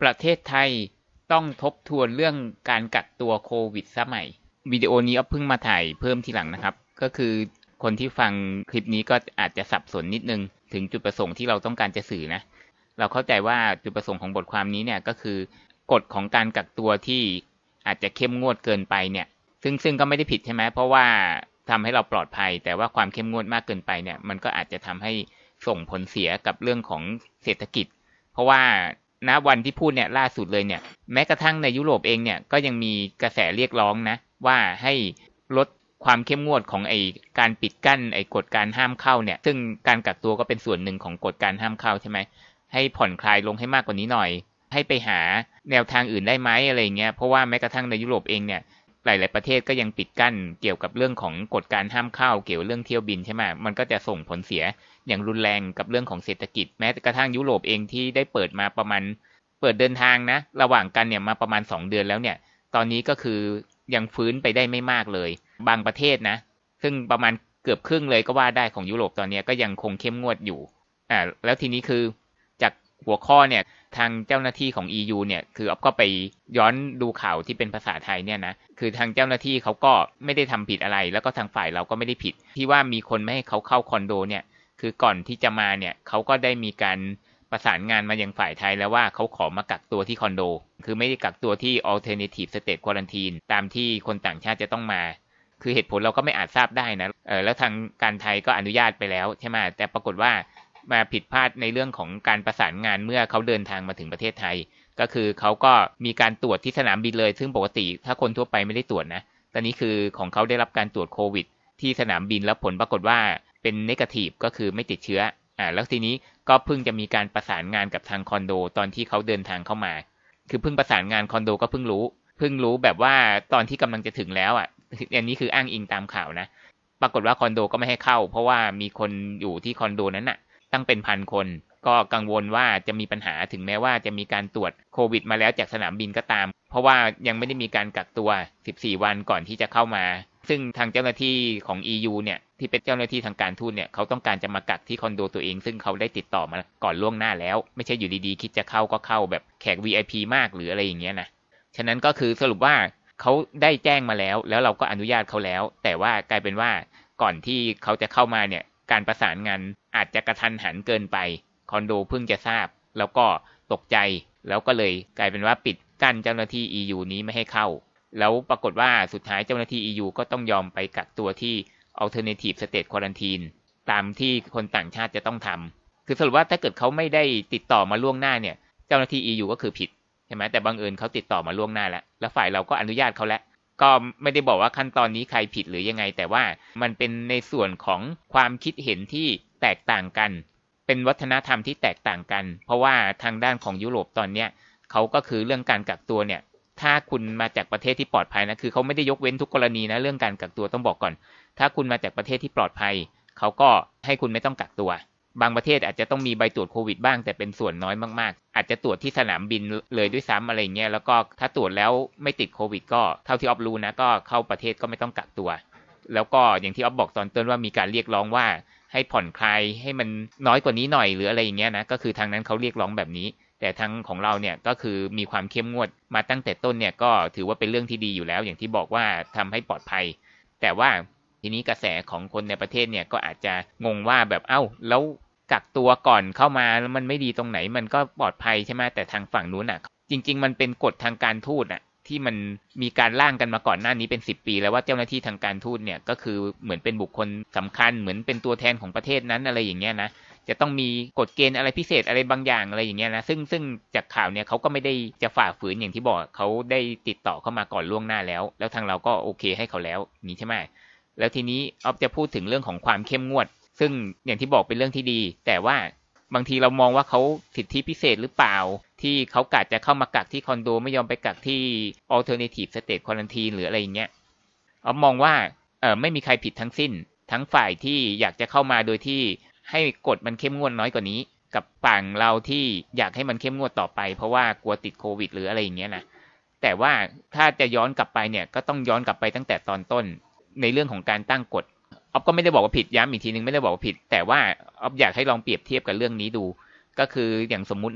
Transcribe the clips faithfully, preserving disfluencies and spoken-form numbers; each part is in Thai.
ประเทศไทยต้องทบทวนเรื่องการกักตัวโควิดซะใหม่วิดีโอนี้เอาเพิ่งมาถ่ายเพิ่มทีหลังนะครับก็คือคนที่ฟังคลิปนี้ก็อาจจะสับสนนิดนึงถึงจุดประสงค์ที่เราต้องการจะสื่อนะเราเข้าใจว่าจุดประสงค์ของบทความนี้เนี่ยก็คือกฎของการกักตัวที่อาจจะเข้มงวดเกินไปเนี่ยซึ่งซึ่งก็ไม่ได้ผิดใช่ไหมเพราะว่าทำให้เราปลอดภัยแต่ว่าความเข้มงวดมากเกินไปเนี่ยมันก็อาจจะทำให้ส่งผลเสียกับเรื่องของเศรษฐกิจเพราะว่าณวันที่พูดเนี่ยล่าสุดเลยเนี่ยแม้กระทั่งในยุโรปเองเนี่ยก็ยังมีกระแสเรียกร้องนะว่าให้ลดความเข้มงวดของไอการปิดกั้นไอกฎการห้ามเข้าเนี่ยซึ่งการกักตัวก็เป็นส่วนหนึ่งของกฎการห้ามเข้าใช่ไหมให้ผ่อนคลายลงให้มากกว่านี้หน่อยให้ไปหาแนวทางอื่นได้ไหมอะไรเงี้ยเพราะว่าแม้กระทั่งในยุโรปเองเนี่ยหลายๆประเทศก็ยังปิดกั้นเกี่ยวกับเรื่องของกฎการห้ามเข้าเกี่ยวกับเรื่องเที่ยวบินใช่ไหมมันก็จะส่งผลเสียอย่างรุนแรงกับเรื่องของเศรษฐกิจแม้กระทั่งยุโรปเองที่ได้เปิดมาประมาณเปิดเดินทางนะระหว่างกันเนี่ยมาประมาณสองเดือนแล้วเนี่ยตอนนี้ก็คือยังฟื้นไปได้ไม่มากเลยบางประเทศนะซึ่งประมาณเกือบครึ่งเลยก็ว่าได้ของยุโรปตอนนี้ก็ยังคงเข้มงวดอยู่อ่าแล้วทีนี้คือจากหัวข้อเนี่ยทางเจ้าหน้าที่ของ อี ยู เนี่ยคืออ๊อฟก็ไปย้อนดูข่าวที่เป็นภาษาไทยเนี่ยนะคือทางเจ้าหน้าที่เขาก็ไม่ได้ทำผิดอะไรแล้วก็ทางฝ่ายเราก็ไม่ได้ผิดที่ว่ามีคนไม่ให้เขาเข้าคอนโดเนี่ยคือก่อนที่จะมาเนี่ยเขาก็ได้มีการประสานงานมายังฝ่ายไทยแล้วว่าเขาขอมากักตัวที่คอนโดคือไม่ได้กักตัวที่ alternative state quarantine ตามที่คนต่างชาติจะต้องมาคือเหตุผลเราก็ไม่อาจทราบได้นะเออแล้วทางการไทยก็อนุญาตไปแล้วใช่ไหมแต่ปรากฏว่ามาผิดพลาดในเรื่องของการประสานงานเมื่อเขาเดินทางมาถึงประเทศไทยก็คือเขาก็มีการตรวจที่สนามบินเลยซึ่งปกติถ้าคนทั่วไปไม่ได้ตรวจนะตอนนี้คือของเขาได้รับการตรวจโควิดที่สนามบินแล้วผลปรากฏว่าเป็นเนกาทีฟก็คือไม่ติดเชื้ออ่าแล้วทีนี้ก็เพิ่งจะมีการประสานงานกับทางคอนโดตอนที่เขาเดินทางเข้ามาคือเพิ่งประสานงานคอนโดก็เพิ่งรู้เพิ่งรู้แบบว่าตอนที่กำลังจะถึงแล้วอ่ะอันนี้คืออ้างอิงตามข่าวนะปรากฏว่าคอนโดก็ไม่ให้เข้าเพราะว่ามีคนอยู่ที่คอนโดนั้นน่ะตั้งเป็นพันคนก็กังวลว่าจะมีปัญหาถึงแม้ว่าจะมีการตรวจโควิดมาแล้วจากสนามบินก็ตามเพราะว่ายังไม่ได้มีการกักตัวสิบสี่วันก่อนที่จะเข้ามาซึ่งทางเจ้าหน้าที่ของ อี ยู เนี่ยที่เป็นเจ้าหน้าที่ทางการทูตเนี่ยเขาต้องการจะมากักที่คอนโดตัวเองซึ่งเขาได้ติดต่อมาก่อนล่วงหน้าแล้วไม่ใช่อยู่ดีๆคิดจะเข้าก็เข้าแบบแขก วี ไอ พี มากหรืออะไรอย่างเงี้ยนะฉะนั้นก็คือสรุปว่าเขาได้แจ้งมาแล้วแล้วเราก็อนุญาตเขาแล้วแต่ว่ากลายเป็นว่าก่อนที่เขาจะเข้ามาเนี่ยการประสานงานอาจจะกระทันหันเกินไปคอนโดเพิ่งจะทราบแล้วก็ตกใจแล้วก็เลยกลายเป็นว่าปิดกั้นเจ้าหน้าที่ อี ยู นี้ไม่ให้เข้าแล้วปรากฏว่าสุดท้ายเจ้าหน้าที่ อี ยู ก็ต้องยอมไปกักตัวที่ alternative state quarantine ตามที่คนต่างชาติจะต้องทำคือสรุปว่าถ้าเกิดเขาไม่ได้ติดต่อมาล่วงหน้าเนี่ยเจ้าหน้าที่ อี ยู ก็คือผิดใช่ไหมแต่บังเอิญเขาติดต่อมาล่วงหน้าแล้วแล้วฝ่ายเราก็อนุญาตเขาแล้วก็ไม่ได้บอกว่าขั้นตอนนี้ใครผิดหรือยังไงแต่ว่ามันเป็นในส่วนของความคิดเห็นที่แตกต่างกันเป็นวัฒนธรรมที่แตกต่างกันเพราะว่าทางด้านของยุโรปตอนเนี้ยเขาก็คือเรื่องการกักตัวเนี่ยถ้าคุณมาจากประเทศที่ปลอดภัยนะคือเขาไม่ได้ยกเว้นทุกกรณีนะเรื่องการกักตัวต้องบอกก่อนถ้าคุณมาจากประเทศที่ปลอดภัยเขาก็ให้คุณไม่ต้องกักตัวบางประเทศอาจจะต้องมีใบตรวจโควิดบ้างแต่เป็นส่วนน้อยมากๆอาจจะตรวจที่สนามบินเลยด้วยซ้ำอะไรเงี้ยแล้วก็ถ้าตรวจแล้วไม่ติดโควิดก็เท่าที่ออฟรู้นะก็เข้าประเทศก็ไม่ต้องกักตัวแล้วก็อย่างที่ออฟบอกตอนต้นว่ามีการเรียกร้องว่าให้ผ่อนคลายให้มันน้อยกว่านี้หน่อยหรืออะไรอย่างเงี้ยนะก็คือทางนั้นเขาเรียกร้องแบบนี้แต่ทางของเราเนี่ยก็คือมีความเข้มงวดมาตั้งแต่ต้นเนี่ยก็ถือว่าเป็นเรื่องที่ดีอยู่แล้วอย่างที่บอกว่าทำให้ปลอดภัยแต่ว่าทีนี้กระแสของคนในประเทศเนี่ยก็อาจจะงงว่าแบบเอ้าแล้วกักตัวก่อนเข้ามาแล้วมันไม่ดีตรงไหนมันก็ปลอดภัยใช่ไหมแต่ทางฝั่งนู้นอ่ะจริงๆมันเป็นกฎทางการทูตอ่ะที่มันมีการร่างกันมาก่อนหน้านี้เป็นสิบปีแล้วว่าเจ้าหน้าที่ทางการทูตเนี่ยก็คือเหมือนเป็นบุคคลสำคัญเหมือนเป็นตัวแทนของประเทศนั้นอะไรอย่างเงี้ยนะจะต้องมีกฎเกณฑ์อะไรพิเศษอะไรบางอย่างอะไรอย่างเงี้ยนะซึ่งซึ่งจากข่าวเนี่ยเขาก็ไม่ได้จะฝ่าฝืนอย่างที่บอกเขาได้ติดต่อเข้ามาก่อนล่วงหน้าแล้วแล้วทางเราก็โอเคให้เขาแล้วนี้ใช่ไหมแล้วทีนี้ออฟจะพูดถึงเรื่องของความเข้มงวดซึ่งอย่างที่บอกเป็นเรื่องที่ดีแต่ว่าบางทีเรามองว่าเขาสิทธิพิเศษหรือเปล่าที่เขากะจะเข้ามากักที่คอนโดไม่ยอมไปกักที่ alternative state quarantine หรืออะไรอย่างเงี้ยออฟมองว่าเออไม่มีใครผิดทั้งสิ้นทั้งฝ่ายที่อยากจะเข้ามาโดยที่ให้กฎมันเข้มงวดน้อยกว่านี้กับฝั่งเราที่อยากให้มันเข้มงวดต่อไปเพราะว่ากลัวติดโควิดหรืออะไรอย่างเงี้ยนะแต่ว่าถ้าจะย้อนกลับไปเนี่ยก็ต้องย้อนกลับไปตั้งแต่ตอนต้นในเรื่องของการตั้งกฎออฟก็ไม่ได้บอกว่าผิดย้ำอีกทีนึงไม่ได้บอกว่าผิดแต่ว่าออฟอยากให้ลองเปรียบเทียบกับเรื่องนี้ดูก็คืออย่างสมมุตินะ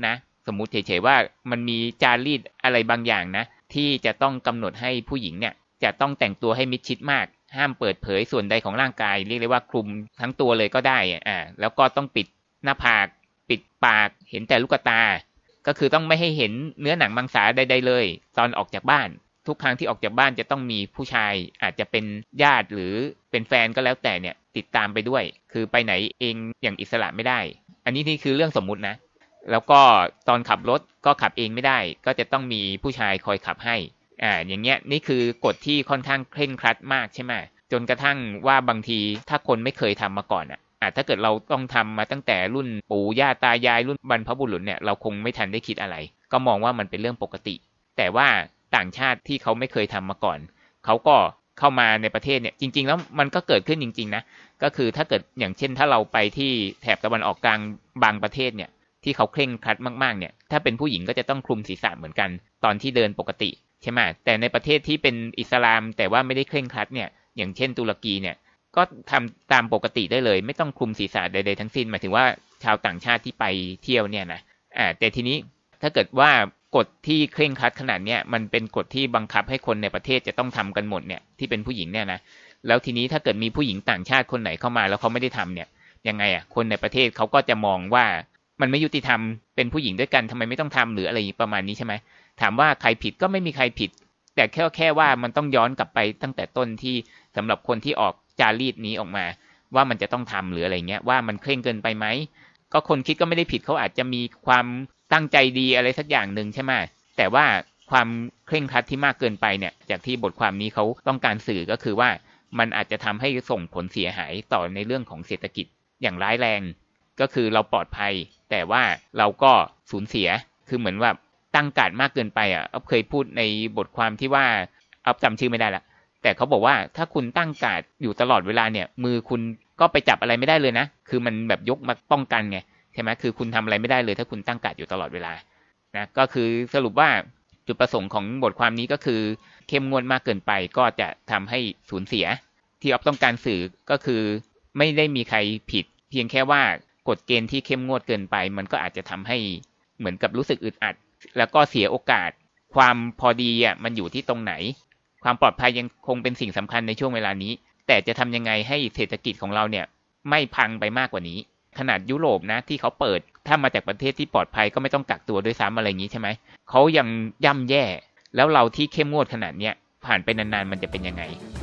สมมุติเฉยๆว่ามันมีจารีตอะไรบางอย่างนะที่จะต้องกำหนดให้ผู้หญิงเนี่ยจะต้องแต่งตัวให้มิดชิดมากห้ามเปิดเผยส่วนใดของร่างกายเรียกได้ว่าคลุมทั้งตัวเลยก็ได้อ่าแล้วก็ต้องปิดหน้าผากปิดปากเห็นแต่ลูกตาก็คือต้องไม่ให้เห็นเนื้อหนังมังสาใดๆเลยตอนออกจากบ้านทุกครั้งที่ออกจากบ้านจะต้องมีผู้ชายอาจจะเป็นญาติหรือเป็นแฟนก็แล้วแต่เนี่ยติดตามไปด้วยคือไปไหนเองอย่างอิสระไม่ได้อันนี้นี่คือเรื่องสมมุตินะแล้วก็ตอนขับรถก็ขับเองไม่ได้ก็จะต้องมีผู้ชายคอยขับให้อ่าอย่างเงี้ยนี่คือกฎที่ค่อนข้างเคร่งครัดมากใช่ไหมจนกระทั่งว่าบางทีถ้าคนไม่เคยทำมาก่อนอ่ะอ่าถ้าเกิดเราต้องทำมาตั้งแต่รุ่นปู่ย่าตายายรุ่นบรรพบุรุษเนี่ยเราคงไม่ทันได้คิดอะไรก็มองว่ามันเป็นเรื่องปกติแต่ว่าต่างชาติที่เขาไม่เคยทำมาก่อนเขาก็เข้ามาในประเทศเนี่ยจริงๆแล้วมันก็เกิดขึ้นจริงๆนะก็คือถ้าเกิดอย่างเช่นถ้าเราไปที่แถบตะวันออกกลางบางประเทศเนี่ยที่เขาเคร่งครัดมากๆเนี่ยถ้าเป็นผู้หญิงก็จะต้องคลุมศีรษะเหมือนกันตอนที่เดินปกติใช่ไหมแต่ในประเทศที่เป็นอิสลามแต่ว่าไม่ได้เคร่งครัดเนี่ยอย่างเช่นตุรกีเนี่ยก็ทำตามปกติได้เลยไม่ต้องคลุมศีรษะใดๆทั้งสิ้นหมายถึงว่าชาวต่างชาติที่ไปเที่ยวเนี่ยนะอ่าแต่ทีนี้ถ้าเกิดว่ากฎที่เคร่งครัดขนาดเนี้ยมันเป็นกฎที่บังคับให้คนในประเทศจะต้องทำกันหมดเนี่ยที่เป็นผู้หญิงเนี่ยนะแล้วทีนี้ถ้าเกิดมีผู้หญิงต่างชาติคนไหนเข้ามาแล้วเขาไม่ได้ทำเนี่ยยังไงอ่ะคนในประเทศเขาก็จะมองว่ามันไม่ยุติธรรมเป็นผู้หญิงด้วยกันทำไมไม่ต้องทำหรืออะไรประมาณนี้ใช่ไหมถามว่าใครผิดก็ไม่มีใครผิดแต่แค่แค่ว่ามันต้องย้อนกลับไปตั้งแต่ต้นที่สำหรับคนที่ออกจารีตนี้ออกมาว่ามันจะต้องทำหรืออะไรเงี้ยว่ามันเคร่งเกินไปไหมก็คนคิดก็ไม่ได้ผิดเขาอาจจะมีความตั้งใจดีอะไรสักอย่างหนึ่งใช่ไหมแต่ว่าความเคร่งครัดที่มากเกินไปเนี่ยจากที่บทความนี้เขาต้องการสื่อก็คือว่ามันอาจจะทำให้ส่งผลเสียหายต่อในเรื่องของเศรษฐกิจอย่างร้ายแรงก็คือเราปลอดภัยแต่ว่าเราก็สูญเสียคือเหมือนว่าตั้งการ์ดมากเกินไปอ่ะอ๊อฟเคยพูดในบทความที่ว่าอ๊อฟจำชื่อไม่ได้ละแต่เขาบอกว่าถ้าคุณตั้งการ์ดอยู่ตลอดเวลาเนี่ยมือคุณก็ไปจับอะไรไม่ได้เลยนะคือมันแบบยกมาป้องกันไงใช่ไหมคือคุณทำอะไรไม่ได้เลยถ้าคุณตั้งการ์ดอยู่ตลอดเวลานะก็คือสรุปว่าจุดประสงค์ของบทความนี้ก็คือเข้มงวดมากเกินไปก็จะทำให้สูญเสียที่อ๊อฟต้องการสื่อก็คือไม่ได้มีใครผิดเพียงแค่ว่ากฎเกณฑ์ที่เข้มงวดเกินไปมันก็อาจจะทำให้เหมือนกับรู้สึกอึดอัดแล้วก็เสียโอกาสความพอดีอ่ะมันอยู่ที่ตรงไหนความปลอดภัยยังคงเป็นสิ่งสำคัญในช่วงเวลานี้แต่จะทำยังไงให้เศรษฐกิจของเราเนี่ยไม่พังไปมากกว่านี้ขนาดยุโรปนะที่เขาเปิดถ้ามาจากประเทศที่ปลอดภัยก็ไม่ต้องกักตัวด้วยซ้ำอะไรอย่างนี้ใช่ไหมเขายังย่ำแย่แล้วเราที่เข้มงวดขนาดเนี้ยผ่านไปนานๆมันจะเป็นยังไง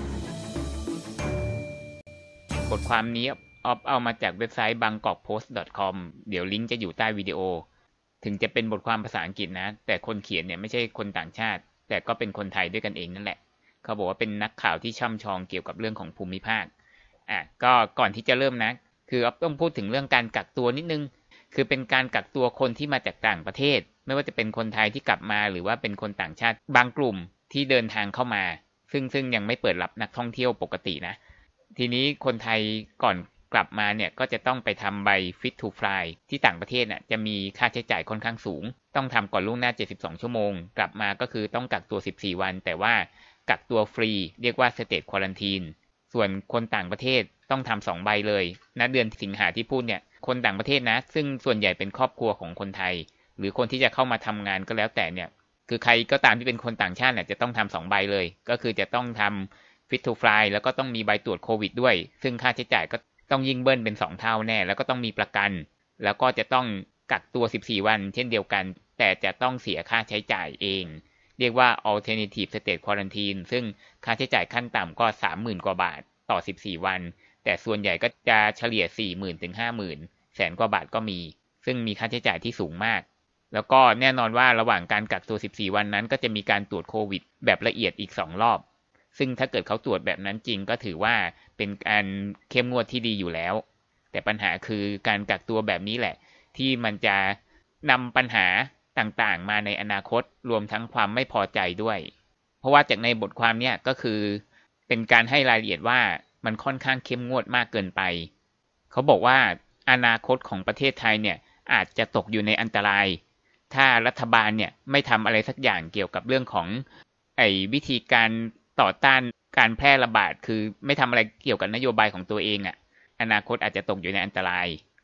บทความนี้ออฟเอามาจากเว็บไซต์ บางกอกโพสต์ ดอท คอม เดี๋ยวลิงก์จะอยู่ใต้วิดีโอถึงจะเป็นบทความภาษาอังกฤษนะแต่คนเขียนเนี่ยไม่ใช่คนต่างชาติแต่ก็เป็นคนไทยด้วยกันเองนั่นแหละเขาบอกว่าเป็นนักข่าวที่ช่ำชองเกี่ยวกับเรื่องของภูมิภาคอ่ะก็ก่อนที่จะเริ่มนะคือออฟต้องพูดถึงเรื่องการกักตัวนิดนึงคือเป็นการกักตัวคนที่มาจากต่างประเทศไม่ว่าจะเป็นคนไทยที่กลับมาหรือว่าเป็นคนต่างชาติบางกลุ่มที่เดินทางเข้ามาซึ่งซึ่งยังไม่เปิดรับนักท่องเที่ยวปกตินะทีนี้คนไทยก่อนกลับมาเนี่ยก็จะต้องไปทำใบ Fit to Fly ที่ต่างประเทศน่ะจะมีค่าใช้จ่ายค่อนข้างสูงต้องทำก่อนล่วงหน้าเจ็ดสิบสองชั่วโมงกลับมาก็คือต้องกักตัวสิบสี่วันแต่ว่ากักตัวฟรีเรียกว่า State Quarantine ส่วนคนต่างประเทศต้องทำสองใบเลยณเดือนสิงหาที่พูดเนี่ยคนต่างประเทศนะซึ่งส่วนใหญ่เป็นครอบครัวของคนไทยหรือคนที่จะเข้ามาทำงานก็แล้วแต่เนี่ยคือใครก็ตามที่เป็นคนต่างชาติเนี่ยจะต้องทำสองใบเลยก็คือจะต้องทำ Fit to Fly แล้วก็ต้องมีใบตรวจโควิดด้วยซึ่งค่าใช้จ่ายก็ต้องยิ่งเบิ้ลเป็นสองเท่าแน่แล้วก็ต้องมีประกันแล้วก็จะต้องกักตัวสิบสี่วันเช่นเดียวกันแต่จะต้องเสียค่าใช้จ่ายเองเรียกว่า Alternative State Quarantine ซึ่งค่าใช้จ่ายขั้นต่ำก็ สามหมื่น กว่าบาทต่อสิบสี่วันแต่ส่วนใหญ่ก็จะเฉลี่ย สี่หมื่น ถึง ห้าหมื่น แสนกว่าบาทก็มีซึ่งมีค่าใช้จ่ายที่สูงมากแล้วก็แน่นอนว่าระหว่างการกักตัวสิบสี่วันนั้นก็จะมีการตรวจโควิดแบบละเอียดอีกสองรอบซึ่งถ้าเกิดเขาตรวจแบบนั้นจริงก็ถือว่าเป็นการเข้มงวดที่ดีอยู่แล้วแต่ปัญหาคือการกักตัวแบบนี้แหละที่มันจะนำปัญหาต่างๆมาในอนาคตรวมทั้งความไม่พอใจด้วยเพราะว่าจากในบทความเนี่ยก็คือเป็นการให้รายละเอียดว่ามันค่อนข้างเข้มงวดมากเกินไปเขาบอกว่าอนาคตของประเทศไทยเนี่ยอาจจะตกอยู่ในอันตรายถ้ารัฐบาลเนี่ยไม่ทำอะไรสักอย่างเกี่ยวกับเรื่องของไอ้วิธีการต่อต้านการแพร่ระบาดคือไม่ทำอะไรเกี่ยวกับนโยบายของตัวเองอ่ะอนาคตอาจจะตกอยู่ในอันตราย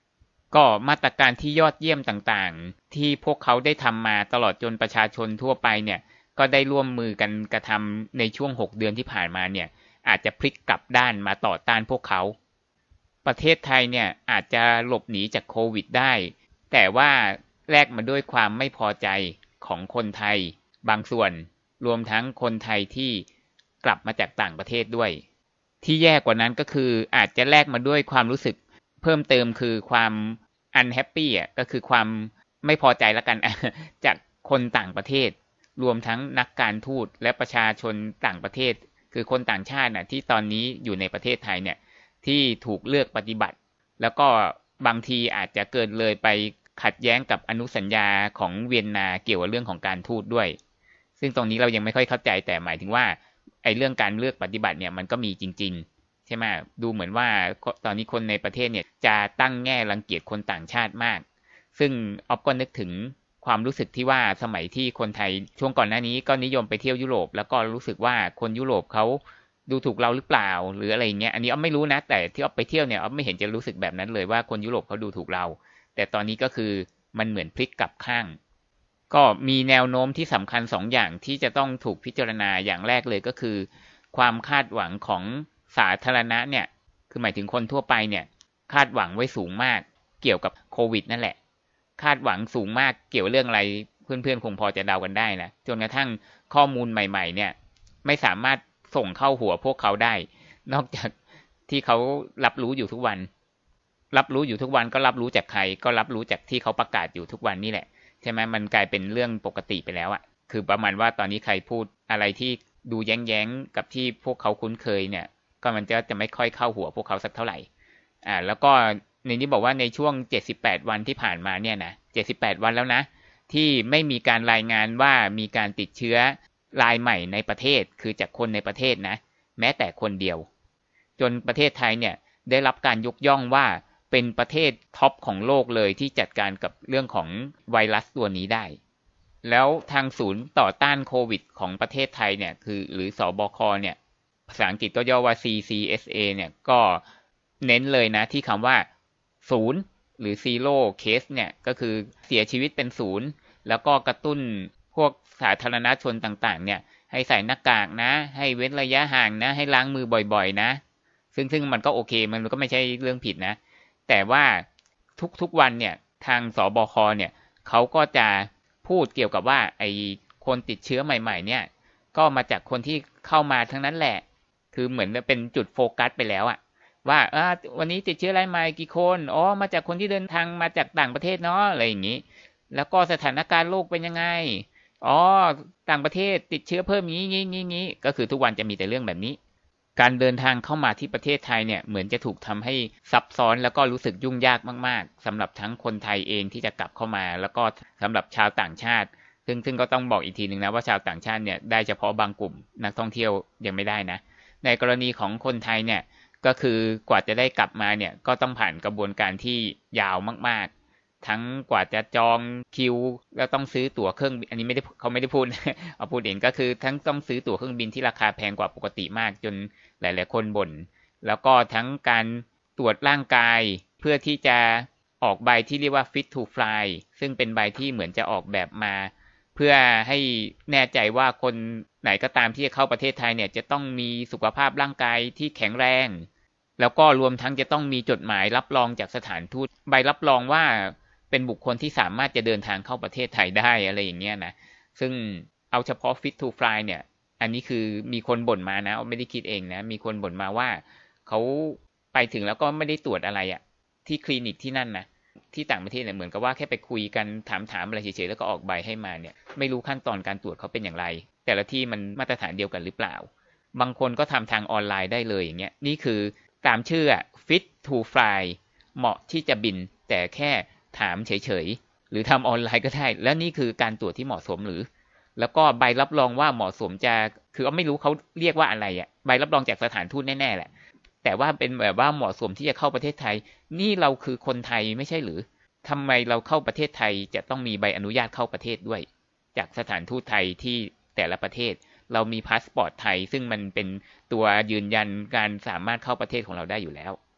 ก็มาตรการที่ยอดเยี่ยมต่างๆที่พวกเขาได้ทำมาตลอดจนประชาชนทั่วไปเนี่ยก็ได้ร่วมมือกันกระทำในช่วงหกเดือนที่ผ่านมาเนี่ยอาจจะพลิกกลับด้านมาต่อต้านพวกเขาประเทศไทยเนี่ยอาจจะหลบหนีจากโควิดได้แต่ว่าแลกมาด้วยความไม่พอใจของคนไทยบางส่วนรวมทั้งคนไทยที่กลับมาจากต่างประเทศด้วยที่แย่กว่านั้นก็คืออาจจะแลกมาด้วยความรู้สึกเพิ่มเติมคือความ unhappy อ่ะก็คือความไม่พอใจละกัน จากคนต่างประเทศรวมทั้งนักการทูตและประชาชนต่างประเทศคือคนต่างชาติน่ะที่ตอนนี้อยู่ในประเทศไทยเนี่ยที่ถูกเลือกปฏิบัติแล้วก็บางทีอาจจะเกินเลยไปขัดแย้งกับอนุสัญญาของเวียนนาเกี่ยวกับเรื่องของการทูตด้วยซึ่งตรงนี้เรายังไม่ค่อยเข้าใจแต่หมายถึงว่าไอ้เรื่องการเลือกปฏิบัติเนี่ยมันก็มีจริงๆใช่ไหมดูเหมือนว่าตอนนี้คนในประเทศเนี่ยจะตั้งแง่รังเกียจคนต่างชาติมากซึ่งออฟก็นึกถึงความรู้สึกที่ว่าสมัยที่คนไทยช่วงก่อนหน้านี้ก็นิยมไปเที่ยวยุโรปแล้วก็รู้สึกว่าคนยุโรปเขาดูถูกเราหรือเปล่าหรืออะไรเงี้ยอันนี้ออฟไม่รู้นะแต่ที่ออฟไปเที่ยวเนี่ยออฟไม่เห็นจะรู้สึกแบบนั้นเลยว่าคนยุโรปเขาดูถูกเราแต่ตอนนี้ก็คือมันเหมือนพลิกกลับข้างก็มีแนวโน้มที่สำคัญสองอย่างที่จะต้องถูกพิจารณาอย่างแรกเลยก็คือความคาดหวังของสาธารณะเนี่ยคือหมายถึงคนทั่วไปเนี่ยคาดหวังไว้สูงมากเกี่ยวกับโควิดนั่นแหละคาดหวังสูงมากเกี่ยวเรื่องอะไรเพื่อนๆคงพอจะเดากันได้นะจนกระทั่งข้อมูลใหม่ๆเนี่ยไม่สามารถส่งเข้าหัวพวกเขาได้นอกจากที่เขารับรู้อยู่ทุกวันรับรู้อยู่ทุกวันก็รับรู้จากใครก็รับรู้จากที่เขาประกาศอยู่ทุกวันนี่แหละใช่ไหมมันกลายเป็นเรื่องปกติไปแล้วอะคือประมาณว่าตอนนี้ใครพูดอะไรที่ดูแย้งๆกับที่พวกเขาคุ้นเคยเนี่ยก็มันจะจะไม่ค่อยเข้าหัวพวกเขาสักเท่าไหร่อ่าแล้วก็ในนี้บอกว่าในช่วงเจ็ดสิบแปดวันที่ผ่านมาเนี่ยนะเจ็ดสิบแปดวันแล้วนะที่ไม่มีการรายงานว่ามีการติดเชื้อรายใหม่ในประเทศคือจากคนในประเทศนะแม้แต่คนเดียวจนประเทศไทยเนี่ยได้รับการยกย่องว่าเป็นประเทศท็อปของโลกเลยที่จัดการกับเรื่องของไวรัสตัวนี้ได้แล้วทางศูนย์ต่อต้านโควิดของประเทศไทยเนี่ยคือหรือสบคเนี่ยภาษาอังกฤษก็ย่อว่า ซี ซี เอส เอ เนี่ยก็เน้นเลยนะที่คำว่าศูนย์หรือ zero case เนี่ยก็คือเสียชีวิตเป็นศูนย์แล้วก็กระตุ้นพวกสาธารณชนต่างๆเนี่ยให้ใส่หน้ากากนะให้เว้นระยะห่างนะให้ล้างมือบ่อยๆนะซึ่งซึ่งมันก็โอเคมันก็ไม่ใช่เรื่องผิดนะแต่ว่าทุกๆวันเนี่ยทางสบคเนี่ยเขาก็จะพูดเกี่ยวกับว่าไอ้คนติดเชื้อใหม่ๆเนี่ยก็มาจากคนที่เข้ามาทั้งนั้นแหละคือเหมือนเป็นจุดโฟกัสไปแล้วอะว่าวันนี้ติดเชื้อรายใหม่กี่คนอ๋อมาจากคนที่เดินทางมาจากต่างประเทศเนาะอะไรอย่างนี้แล้วก็สถานการณ์โลกเป็นยังไงอ๋อต่างประเทศติดเชื้อเพิ่มงี้งี้งี้งี้ก็คือทุกวันจะมีแต่เรื่องแบบนี้การเดินทางเข้ามาที่ประเทศไทยเนี่ยเหมือนจะถูกทำให้ซับซ้อนแล้วก็รู้สึกยุ่งยากมากๆสำหรับทั้งคนไทยเองที่จะกลับเข้ามาแล้วก็สำหรับชาวต่างชาติซึ่งซึ่งก็ต้องบอกอีกทีหนึ่งนะว่าชาวต่างชาติเนี่ยได้เฉพาะบางกลุ่มนักท่องเที่ยวยังไม่ได้นะในกรณีของคนไทยเนี่ยก็คือกว่าจะได้กลับมาเนี่ยก็ต้องผ่านกระบวนการที่ยาวมากๆทั้งกว่าจะจองคิวแล้วต้องซื้อตั๋วเครื่องอันนี้ไม่ได้เขาไม่ได้พูดเอาพูดเองก็คือทั้งต้องซื้อตั๋วเครื่องบินที่ราคาแพงกว่าปกติมากจนหลายๆคนบ่นแล้วก็ทั้งการตรวจร่างกายเพื่อที่จะออกใบที่เรียกว่า fit to fly ซึ่งเป็นใบที่เหมือนจะออกแบบมาเพื่อให้แน่ใจว่าคนไหนก็ตามที่จะเข้าประเทศไทยเนี่ยจะต้องมีสุขภาพร่างกายที่แข็งแรงแล้วก็รวมทั้งจะต้องมีจดหมายรับรองจากสถานทูตใบรับรองว่าเป็นบุคคลที่สามารถจะเดินทางเข้าประเทศไทยได้อะไรอย่างเงี้ยนะซึ่งเอาเฉพาะ fit to fly เนี่ยอันนี้คือมีคนบ่นมานะไม่ได้คิดเองนะมีคนบ่นมาว่าเขาไปถึงแล้วก็ไม่ได้ตรวจอะไรอะที่คลินิกที่นั่นนะที่ต่างประเทศเนี่ยเหมือนกับว่าแค่ไปคุยกันถามถามอะไรเฉยๆแล้วก็ออกใบให้มาเนี่ยไม่รู้ขั้นตอนการตรวจเขาเป็นอย่างไรแต่ละที่มันมาตรฐานเดียวกันหรือเปล่าบางคนก็ทำทางออนไลน์ได้เลยอย่างเงี้ยนี่คือตามชื่อ fit to fly เหมาะที่จะบินแต่แค่ถามเฉยๆหรือทำออนไลน์ก็ได้แล้วนี่คือการตรวจที่เหมาะสมหรือแล้วก็ใบรับรองว่าเหมาะสมจะคือเอาไม่รู้เขาเรียกว่าอะไรอ่ะใบรับรองจากสถานทูตแน่ๆแหละแต่ว่าเป็นแบบว่าเหมาะสมที่จะเข้าประเทศไทยนี่เราคือคนไทยไม่ใช่หรือทำไมเราเข้าประเทศไทยจะต้องมีใบอนุญาตเข้าประเทศด้วยจากสถานทูตไทยที่แต่ละประเทศเรามีพาสปอร์ตไทยซึ่งมันเป็นตัวยืนยันการสามารถเข้าประเทศของเราได้อยู่แล้ว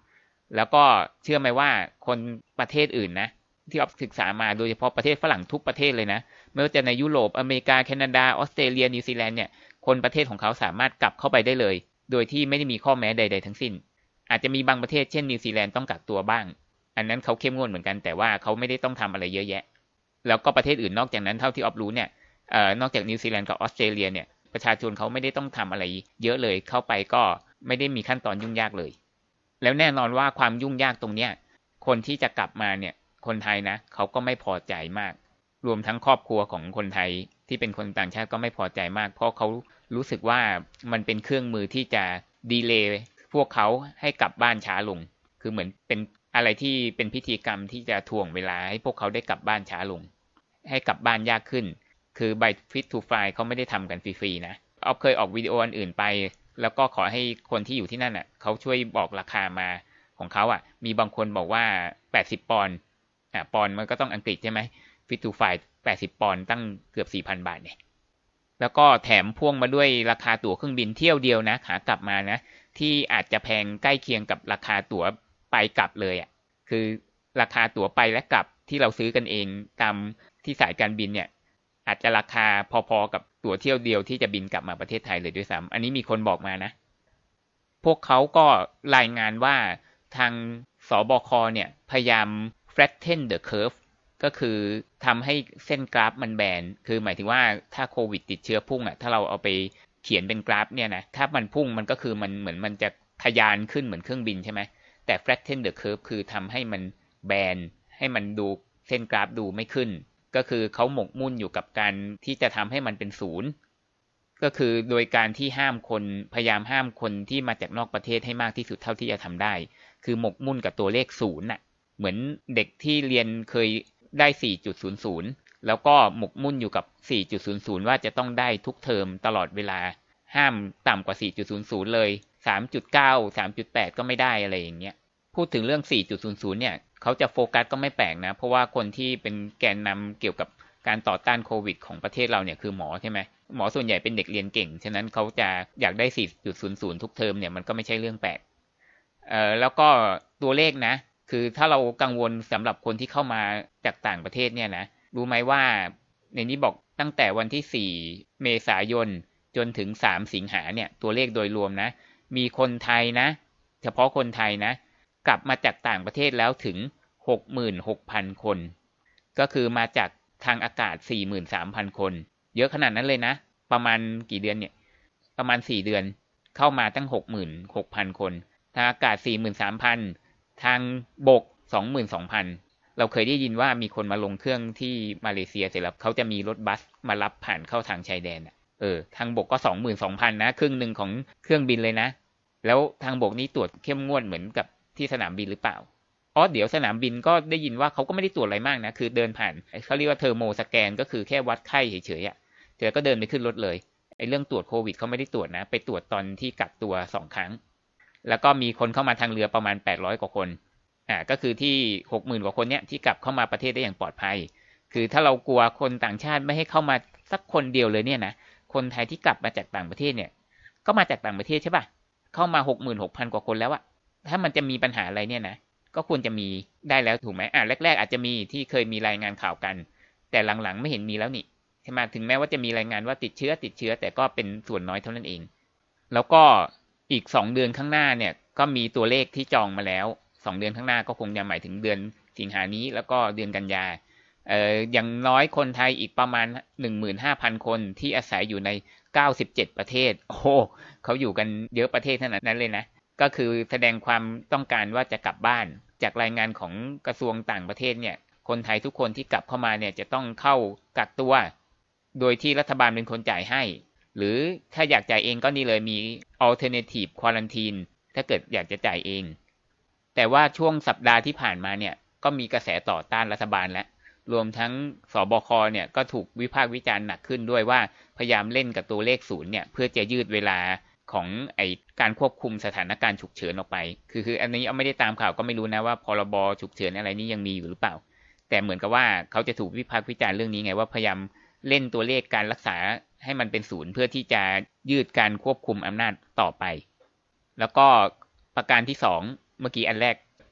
แล้วก็เชื่อไหมว่าคนประเทศอื่นนะที่ออฟศึกษามาโดยเฉพาะประเทศฝรั่งทุกประเทศเลยนะไม่ว่าจะในยุโรปอเมริกาแคนาดาออสเตรเลียนิวซีแลนด์เนี่ยคนประเทศของเขาสามารถกลับเข้าไปได้เลยโดยที่ไม่ได้มีข้อแม้ใดๆทั้งสิ้นอาจจะมีบางประเทศเช่นนิวซีแลนด์ต้องกักตัวบ้างอันนั้นเขาเข้มงวดเหมือนกันแต่ว่าเขาไม่ได้ต้องทำอะไรเยอะแยะแล้วก็ประเทศอื่นนอกจากนั้นเท่าที่ออฟรู้เนี่ยเอ่อนอกจากนิวซีแลนด์กับออสเตรเลียเนี่ยประชาชนเขาไม่ได้ต้องทำอะไรเยอะเลยเข้าไปก็ไม่ได้มีขั้นตอนยุ่งยากเลยแล้วแน่นอนว่าความยุ่งยากตรงเนี้ยคนที่จะกลับมาเนี่ยคนไทยนะเขาก็ไม่พอใจมากรวมทั้งครอบครัวของคนไทยที่เป็นคนต่างชาติก็ไม่พอใจมากเพราะเขารู้สึกว่ามันเป็นเครื่องมือที่จะดีเลย์พวกเขาให้กลับบ้านช้าลงคือเหมือนเป็นอะไรที่เป็นพิธีกรรมที่จะถ่วงเวลาให้พวกเขาได้กลับบ้านช้าลงให้กลับบ้านยากขึ้นคือใบ Fit to Fly เขาไม่ได้ทำกันฟรีๆนะเอาเคยออกวิดีโออันอื่นไปแล้วก็ขอให้คนที่อยู่ที่นั่นอ่ะเขาช่วยบอกราคามาของเขาอ่ะมีบางคนบอกว่าแปดสิบปอนด์อ่ะปอนด์มันก็ต้องอังกฤษใช่ไหม Fit to Fly แปดสิบปอนด์ตั้งเกือบ สี่พัน บาทเนี่ยแล้วก็แถมพ่วงมาด้วยราคาตั๋วเครื่องบินเที่ยวเดียวนะขากลับมานะที่อาจจะแพงใกล้เคียงกับราคาตั๋วไปกลับเลยอ่ะคือราคาตั๋วไปและกลับที่เราซื้อกันเองตามที่สายการบินเนี่ยอาจจะราคาพอๆกับตั๋วเที่ยวเดียวที่จะบินกลับมาประเทศไทยเลยด้วยซ้ำอันนี้มีคนบอกมานะพวกเขาก็รายงานว่าทางสบคเนี่ยพยายาม flatten the curve ก็คือทำให้เส้นกราฟมันแบนคือหมายถึงว่าถ้าโควิดติดเชื้อพุ่งอ่ะถ้าเราเอาไปเขียนเป็นกราฟเนี่ยนะถ้ามันพุ่งมันก็คือมันเหมือนมันจะทะยานขึ้นเหมือนเครื่องบินใช่ไหมแต่ flatten the curve คือทำให้มันแบนให้มันดูเส้นกราฟดูไม่ขึ้นก็คือเขาหมกมุ่นอยู่กับการที่จะทำให้มันเป็นศูนย์ก็คือโดยการที่ห้ามคนพยายามห้ามคนที่มาจากนอกประเทศให้มากที่สุดเท่าที่จะทำได้คือหมกมุ่นกับตัวเลขศูนย์น่ะเหมือนเด็กที่เรียนเคยได้ สี่จุดศูนย์ศูนย์ แล้วก็หมกมุ่นอยู่กับ สี่จุดศูนย์ศูนย์ ว่าจะต้องได้ทุกเทอมตลอดเวลาห้ามต่ำกว่า สี่จุดศูนย์ศูนย์ เลย สามจุดเก้า สามจุดแปด ก็ไม่ได้อะไรอย่างเงี้ยพูดถึงเรื่อง สี่จุดศูนย์ศูนย์ เนี่ยเขาจะโฟกัสก็ไม่แปลกนะเพราะว่าคนที่เป็นแกนนำเกี่ยวกับการต่อต้านโควิดของประเทศเราเนี่ยคือหมอใช่ไหมหมอส่วนใหญ่เป็นเด็กเรียนเก่งฉะนั้นเขาจะอยากได้ สี่จุดศูนย์ศูนย์ ทุกเทอมเนี่ยมันก็ไม่ใช่เรื่องแปลกเอ่อแล้วก็ตัวเลขนะคือถ้าเรากังวลสำหรับคนที่เข้ามาจากต่างประเทศเนี่ยนะรู้ไหมว่าในนี้บอกตั้งแต่วันที่สี่เมษายนจนถึงสามสิงหาเนี่ยตัวเลขโดยรวมนะมีคนไทยนะเฉพาะคนไทยนะกลับมาจากต่างประเทศแล้วถึง หกหมื่นหกพัน คนก็คือมาจากทางอากาศ สี่หมื่นสามพัน คนเยอะขนาดนั้นเลยนะประมาณกี่เดือนเนี่ยประมาณสี่เดือนเข้ามาตั้ง หกหมื่นหกพัน คนทางอากาศ สี่หมื่นสามพัน ทางบก สองหมื่นสองพัน เราเคยได้ยินว่ามีคนมาลงเครื่องที่มาเลเซียเสร็จแล้วเขาจะมีรถบัสมารับผ่านเข้าทางชายแดนเออทางบกก็ สองหมื่นสองพัน นะครึ่งหนึ่งของเครื่องบินเลยนะแล้วทางบกนี้ตรวจเข้มงวดเหมือนกับที่สนามบินหรือเปล่าอ๋อเดี๋ยวสนามบินก็ได้ยินว่าเขาก็ไม่ได้ตรวจอะไรมากนะคือเดินผ่านเขาเรียกว่าเทอร์โมสแกนก็คือแค่วัดไข้เฉยๆอ่ะเสร็จแล้วก็เดินไปขึ้นรถเลยไอ้เรื่องตรวจโควิดเขาไม่ได้ตรวจนะไปตรวจตอนที่กักตัวสองครั้งแล้วก็มีคนเข้ามาทางเรือประมาณแปดร้อยกว่าคนอ่าก็คือที่ หกหมื่น กว่าคนเนี้ยที่กลับเข้ามาประเทศได้อย่างปลอดภัยคือถ้าเรากลัวคนต่างชาติไม่ให้เข้ามาสักคนเดียวเลยเนี่ยนะคนไทยที่กลับมาจากต่างประเทศเนี่ยก็มาจากต่างประเทศใช่ป่ะเข้ามา หกหมื่นหกพัน กว่าคนแล้วอะถ้ามันจะมีปัญหาอะไรเนี่ยนะก็ควรจะมีได้แล้วถูกไหมอ่าแรกๆอาจจะมีที่เคยมีรายงานข่าวกันแต่หลังๆไม่เห็นมีแล้วนี่ใช่ไหมถึงแม้ว่าจะมีรายงานว่าติดเชื้อติดเชื้อแต่ก็เป็นส่วนน้อยเท่านั้นเองแล้วก็อีกสองเดือนข้างหน้าเนี่ยก็มีตัวเลขที่จองมาแล้วสองเดือนข้างหน้าก็คงจะหมายถึงเดือนสิงหานี้แล้วก็เดือนกันยาเอ่ออย่างน้อยคนไทยอีกประมาณ หนึ่งหมื่นห้าพัน คนที่อาศัยอยู่ในเก้าสิบเจ็ดประเทศโอ้โหเขาอยู่กันเยอะประเทศขนาดนั้นเลยนะก็คือแสดงความต้องการว่าจะกลับบ้านจากรายงานของกระทรวงต่างประเทศเนี่ยคนไทยทุกคนที่กลับเข้ามาเนี่ยจะต้องเข้ากักตัวโดยที่รัฐบาลเป็นคนจ่ายให้หรือถ้าอยากจ่ายเองก็นี่เลยมี alternative quarantine ถ้าเกิดอยากจะจ่ายเองแต่ว่าช่วงสัปดาห์ที่ผ่านมาเนี่ยก็มีกระแสต่อต้านรัฐบาลแล้วรวมทั้งสบคเนี่ยก็ถูกวิพากษ์วิจารณ์หนักขึ้นด้วยว่าพยายามเล่นกับตัวเลขศูนย์เนี่ยเพื่อจะยืดเวลาของไอการควบคุมสถานการณ์ฉุกเฉินออกไปคือคืออันนี้เอาไม่ได้ตามข่าวก็ไม่รู้นะว่าพรบฉุกเฉินอะไรนี้ยังมีอยู่หรือเปล่าแต่เหมือนกับว่าเขาจะถูกวิพากษ์วิจารณ์เรื่องนี้ไงว่าพยายามเล่นตัวเลขการรักษาให้มันเป็นศูนย์เพื่อที่จะยืดการควบคุมอำนาจต่อไปแล้วก็ประการที่สองเมื่อกี้อันแรก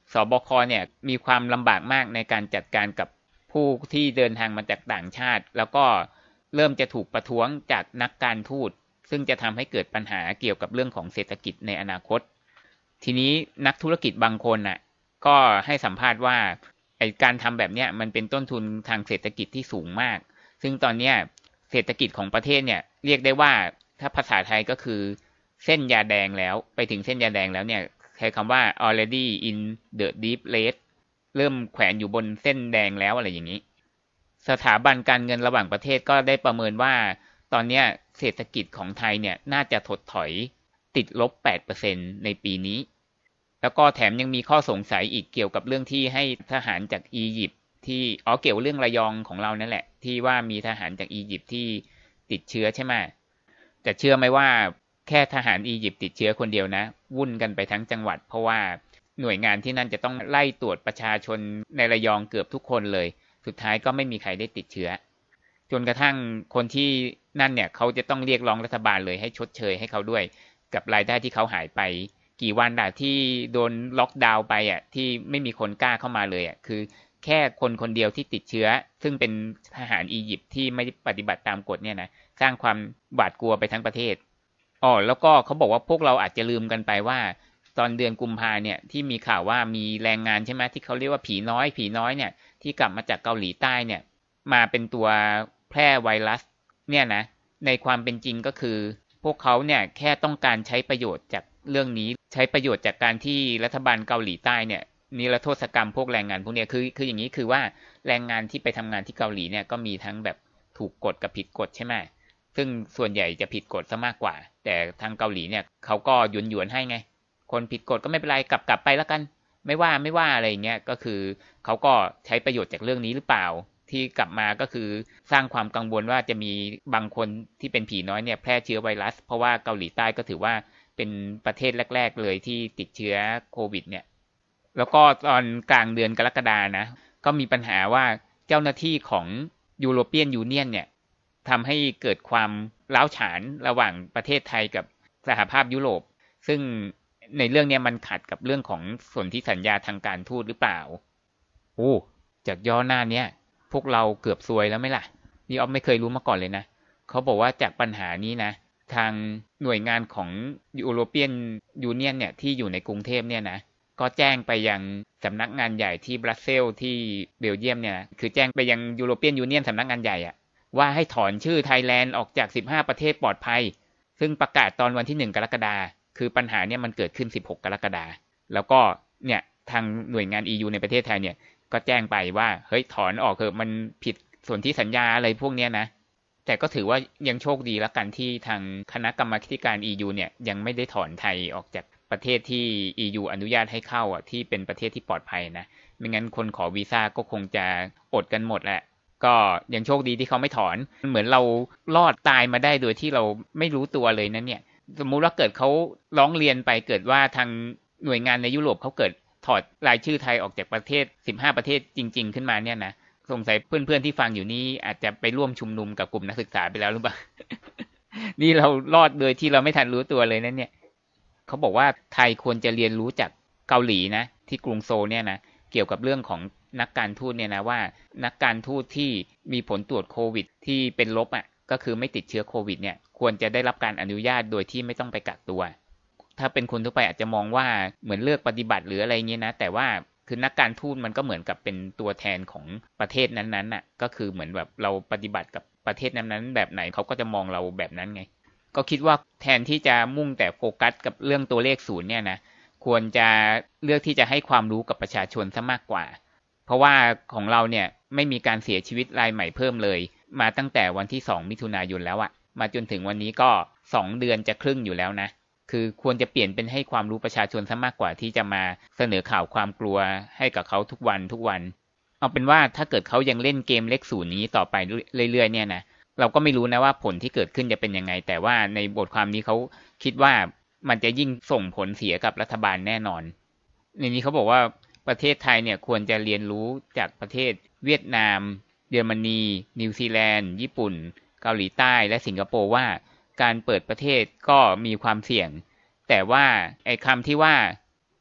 สบคเนี่ยมีความลำบากมากในการจัดการกับผู้ที่เดินทางมาจากต่างชาติแล้วก็เริ่มจะถูกประท้วงจากนักการทูตซึ่งจะทำให้เกิดปัญหาเกี่ยวกับเรื่องของเศรษฐกิจในอนาคตทีนี้นักธุรกิจบางคนน่ะก็ให้สัมภาษณ์ว่าไอ้การทำแบบเนี้ยมันเป็นต้นทุนทางเศรษฐกิจที่สูงมากซึ่งตอนเนี้ยเศรษฐกิจของประเทศเนี่ยเรียกได้ว่าถ้าภาษาไทยก็คือเส้นยาแดงแล้วไปถึงเส้นยาแดงแล้วเนี่ยใช้คำว่า already in the deep red เริ่มแขวนอยู่บนเส้นแดงแล้วอะไรอย่างนี้สถาบันการเงินระหว่างประเทศก็ได้ประเมินว่าตอนนี้เศรษฐกิจของไทยเนี่ยน่าจะถดถอยติดลบ แปดเปอร์เซ็นต์ ในปีนี้แล้วก็แถมยังมีข้อสงสัยอีกเกี่ยวกับเรื่องที่ให้ทหารจากอียิปต์ที่อ๋อเกี่ยวเรื่องระยองของเรานั่นแหละที่ว่ามีทหารจากอียิปต์ที่ติดเชื้อใช่ไหมแต่เชื่อไหมว่าแค่ทหารอียิปต์ติดเชื้อคนเดียวนะวุ่นกันไปทั้งจังหวัดเพราะว่าหน่วยงานที่นั่นจะต้องไล่ตรวจประชาชนในระยองเกือบทุกคนเลยสุดท้ายก็ไม่มีใครได้ติดเชื้อจนกระทั่งคนที่นั่นเนี่ยเขาจะต้องเรียกร้องรัฐบาลเลยให้ชดเชยให้เขาด้วยกับรายได้ที่เขาหายไปกี่วันล่ะที่โดนล็อกดาวน์ไปอ่ะที่ไม่มีคนกล้าเข้ามาเลยอ่ะคือแค่คนคนเดียวที่ติดเชื้อซึ่งเป็นทหารอียิปต์ที่ไม่ปฏิบัติตามกฎเนี่ยนะสร้างความหวาดกลัวไปทั้งประเทศอ๋อแล้วก็เขาบอกว่าพวกเราอาจจะลืมกันไปว่าตอนเดือนกุมภาเนี่ยที่มีข่าวว่ามีแรงงานใช่ไหมที่เขาเรียกว่าผีน้อยผีน้อยเนี่ยที่กลับมาจากเกาหลีใต้เนี่ยมาเป็นตัวแพร่ไวรัสเนี่ยนะในความเป็นจริงก็คือพวกเขาเนี่ยแค่ต้องการใช้ประโยชน์จากเรื่องนี้ใช้ประโยชน์จากการที่รัฐบาลเกาหลีใต้เนี่ยนิรโทษกรรมพวกแรงงานพวกเนี้ยคือคืออย่างนี้คือว่าแรงงานที่ไปทำงานที่เกาหลีเนี่ยก็มีทั้งแบบถูกกฎกับผิดกฎใช่ไหมซึ่งส่วนใหญ่จะผิดกฎซะมากกว่าแต่ทางเกาหลีเนี่ยเขาก็หยวนหยวนให้ไงคนผิดกฎก็ไม่เป็นไรกลับกลับไปแล้วกันไม่ว่าไม่ว่าอะไรอย่างเงี้ยก็คือเขาก็ใช้ประโยชน์จากเรื่องนี้หรือเปล่าที่กลับมาก็คือสร้างความกังวลว่าจะมีบางคนที่เป็นผีน้อยเนี่ยแพร่เชื้อไวรัสเพราะว่าเกาหลีใต้ก็ถือว่าเป็นประเทศแรกๆเลยที่ติดเชื้อโควิดเนี่ยแล้วก็ตอนกลางเดือนกรกฎานะก็มีปัญหาว่าเจ้าหน้าที่ของยูโรเปียนยูเนียนเนี่ยทำให้เกิดความร้าวฉานระหว่างประเทศไทยกับสหภาพยุโรปซึ่งในเรื่องนี้มันขัดกับเรื่องของสนธิสัญญาทางการทูตหรือเปล่าโอ้จากย่อหน้าเนี้ยพวกเราเกือบซวยแล้วไหมล่ะนี่ออฟไม่เคยรู้มาก่อนเลยนะเขาบอกว่าจากปัญหานี้นะทางหน่วยงานของยูโรเปียนยูเนียนเนี่ยที่อยู่ในกรุงเทพเนี่ยนะก็แจ้งไปยังสำนักงานใหญ่ที่บรัสเซลส์ที่เบลเยียมเนี่ยนะคือแจ้งไปยังยูโรเปียนยูเนียนสำนักงานใหญ่อะว่าให้ถอนชื่อไทยแลนด์ออกจากสิบห้าประเทศปลอดภัยซึ่งประกาศตอนวันที่หนึ่งกรกฎาคมคือปัญหาเนี่ยมันเกิดขึ้นสิบหกกรกฎาคมแล้วก็เนี่ยทางหน่วยงาน อี ยู ในประเทศไทยเนี่ยก็แจ้งไปว่าเฮ้ยถอนออกเถอะมันผิดส่วนที่สัญญาอะไรพวกเนี้ยนะแต่ก็ถือว่ายังโชคดีแล้วกันที่ทางคณะกรรมาการ อี ยู เนี่ยยังไม่ได้ถอนไทยออกจากประเทศที่ อี ยู อนุญาตให้เข้าอ่ะที่เป็นประเทศที่ปลอดภัยนะไม่งั้นคนขอวีซ่าก็คงจะอดกันหมดแหละก็ยังโชคดีที่เขาไม่ถอนเหมือนเรารอดตายมาได้โดยที่เราไม่รู้ตัวเลยนะเนี่ยสมมุติว่าเกิดเขาร้องเรียนไปเกิดว่าทางหน่วยงานในยุโรปเขาเกิดถอดรายชื่อไทยออกจากประเทศสิบห้าประเทศจริงๆขึ้นมาเนี่ยนะสงสัยเพื่อนๆที่ฟังอยู่นี้อาจจะไปร่วมชุมนุมกับกลุ่มนักศึกษาไปแล้วหรือเปล่า นี่เรารอดโดยที่เราไม่ทันรู้ตัวเลยนะเนี่ยเขาบอกว่าไทยควรจะเรียนรู้จากเกาหลีนะที่กรุงโซลเนี่ยนะเกี่ยวกับเรื่องของนักการทูตเนี่ยนะว่านักการทูตที่มีผลตรวจโควิดที่เป็นลบอ่ะก็คือไม่ติดเชื้อโควิดเนี่ยควรจะได้รับการอนุญาตโดยที่ไม่ต้องไปกักตัวถ้าเป็นคนทั่วไปอาจจะมองว่าเหมือนเลือกปฏิบัติหรืออะไรเงี้ยนะแต่ว่าคือนักการทูตมันก็เหมือนกับเป็นตัวแทนของประเทศนั้นๆน่ะก็คือเหมือนแบบเราปฏิบัติกับประเทศนั้นๆแบบไหนเขาก็จะมองเราแบบนั้นไงก็คิดว่าแทนที่จะมุ่งแต่โฟกัสกับเรื่องตัวเลขศูนย์เนี่ยนะควรจะเลือกที่จะให้ความรู้กับประชาชนซะมากกว่าเพราะว่าของเราเนี่ยไม่มีการเสียชีวิตรายใหม่เพิ่มเลยมาตั้งแต่วันที่สองมิถุนายนแล้วอะมาจนถึงวันนี้ก็สองเดือนจะครึ่งอยู่แล้วนะคือควรจะเปลี่ยนเป็นให้ความรู้ประชาชนซะมากกว่าที่จะมาเสนอข่าวความกลัวให้กับเขาทุกวันทุกวันเอาเป็นว่าถ้าเกิดเขายังเล่นเกมเลขศูนย์นี้ต่อไปเรื่อยๆเนี่ยนะเราก็ไม่รู้นะว่าผลที่เกิดขึ้นจะเป็นยังไงแต่ว่าในบทความนี้เขาคิดว่ามันจะยิ่งส่งผลเสียกับรัฐบาลแน่นอนในนี้เขาบอกว่าประเทศไทยเนี่ยควรจะเรียนรู้จากประเทศเวียดนามเยอรมนีนิวซีแลนด์ญี่ปุ่นเกาหลีใต้และสิงคโปร์ว่าการเปิดประเทศก็มีความเสี่ยงแต่ว่าไอ้คำที่ว่า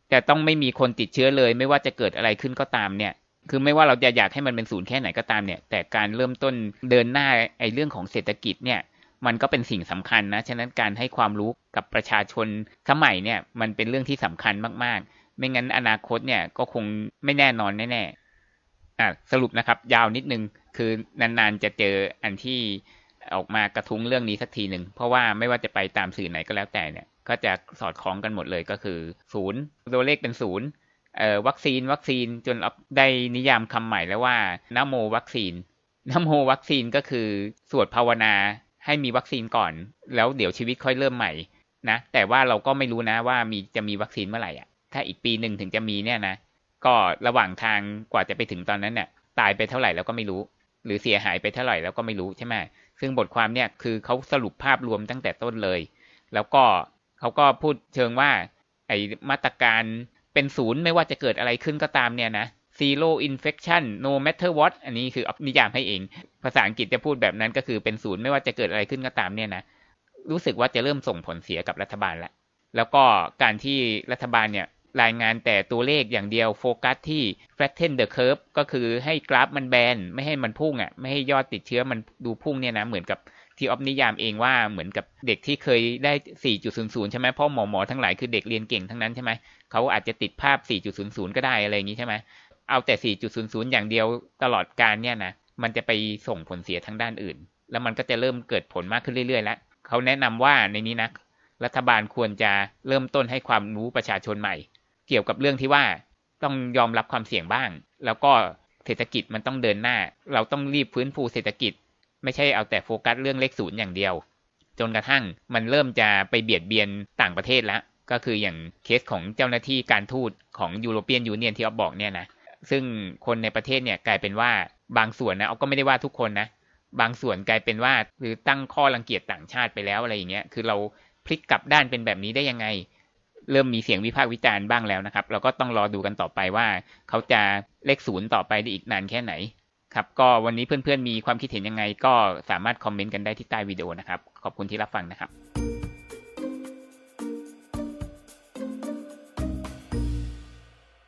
จะต้องไม่มีคนติดเชื้อเลยไม่ว่าจะเกิดอะไรขึ้นก็ตามเนี่ยคือไม่ว่าเราจะอยากให้มันเป็นศูนย์แค่ไหนก็ตามเนี่ยแต่การเริ่มต้นเดินหน้าไอ้เรื่องของเศรษฐกิจเนี่ยมันก็เป็นสิ่งสำคัญนะฉะนั้นการให้ความรู้กับประชาชนสมัยเนี่ยมันเป็นเรื่องที่สำคัญมากๆไม่งั้นอนาคตเนี่ยก็คงไม่แน่นอนแน่ๆอ่ะสรุปนะครับยาวนิดนึงคือนานๆจะเจออันที่ออกมากระทุ้งเรื่องนี้สักทีหนึ่งเพราะว่าไม่ว่าจะไปตามสื่อไหนก็แล้วแต่เนี่ยก็จะสอดคล้องกันหมดเลยก็คือศูนย์ตัวเลขเป็นศูนย์เอ่อวัคซีนวัคซีนจนได้นิยามคำใหม่แล้วว่านะโมวัคซีนนะโมวัคซีนก็คือสวดภาวนาให้มีวัคซีนก่อนแล้วเดี๋ยวชีวิตค่อยเริ่มใหม่นะแต่ว่าเราก็ไม่รู้นะว่ามีจะมีวัคซีนเมื่อไหร่อ่ะถ้าอีกปีหนึ่งถึงจะมีเนี่ยนะก็ระหว่างทางกว่าจะไปถึงตอนนั้นเนี่ยตายไปเท่าไหร่แล้วก็ไม่รู้หรือเสียหายไปเท่าไหร่แล้วก็ไม่รู้ใช่ไหมซึ่งบทความเนี่ยคือเขาสรุปภาพรวมตั้งแต่ต้นเลยแล้วก็เขาก็พูดเชิงว่าไอมาตรการเป็นศูนย์ไม่ว่าจะเกิดอะไรขึ้นก็ตามเนี่ยนะ zero infection no matter what อันนี้คือนิยามให้เองภาษาอังกฤษจะพูดแบบนั้นก็คือเป็นศูนย์ไม่ว่าจะเกิดอะไรขึ้นก็ตามเนี่ยนะรู้สึกว่าจะเริ่มส่งผลเสียกับรัฐบาลแล้วแล้วก็การที่รัฐบาลเนี่ยรายงานแต่ตัวเลขอย่างเดียวโฟกัสที่ flatten the curve ก็คือให้กราฟมันแบนไม่ให้มันพุ่งอ่ะไม่ให้ยอดติดเชื้อมันดูพุ่งเนี่ยนะเหมือนกับที่ออฟนิยามเองว่าเหมือนกับเด็กที่เคยได้ สี่จุดศูนย์ศูนย์ ใช่ไหมเพราะหมอหมอทั้งหลายคือเด็กเรียนเก่งทั้งนั้นใช่ไหมเขาอาจจะติดภาพ สี่จุดศูนย์ศูนย์ ก็ได้อะไรอย่างนี้ใช่ไหมเอาแต่ สี่จุดศูนย์ศูนย์ อย่างเดียวตลอดการเนี่ยนะมันจะไปส่งผลเสียทางด้านอื่นแล้วมันก็จะเริ่มเกิดผลมากขึ้นเรื่อยๆแล้วเขาแนะนำว่าในนี้นะรัฐบาลควรจะเริ่มต้นให้ความรู้ประชาชนใหม่เกี่ยวกับเรื่องที่ว่าต้องยอมรับความเสี่ยงบ้างแล้วก็เศรษฐกิจมันต้องเดินหน้าเราต้องรีบฟื้นฟูเศรษฐกิจไม่ใช่เอาแต่โฟกัสเรื่องเลขศูนย์อย่างเดียวจนกระทั่งมันเริ่มจะไปเบียดเบียนต่างประเทศแล้วก็คืออย่างเคสของเจ้าหน้าที่การทูตของยูโรเปียนยูเนียนที่อ๊อฟบอกเนี่ยนะซึ่งคนในประเทศเนี่ยกลายเป็นว่าบางส่วนนะอ๊อฟก็ไม่ได้ว่าทุกคนนะบางส่วนกลายเป็นว่าหรือตั้งข้อรังเกียจต่างชาติไปแล้วอะไรอย่างเงี้ยคือเราพลิกกลับด้านเป็นแบบนี้ได้ยังไงเริ่มมีเสียงวิพากษ์วิจารณ์บ้างแล้วนะครับเราก็ต้องรอดูกันต่อไปว่าเขาจะเลขศูนย์ต่อไปได้อีกนานแค่ไหนครับก็วันนี้เพื่อนๆมีความคิดเห็นยังไงก็สามารถคอมเมนต์กันได้ที่ใต้วิดีโอนะครับขอบคุณที่รับฟังนะครับ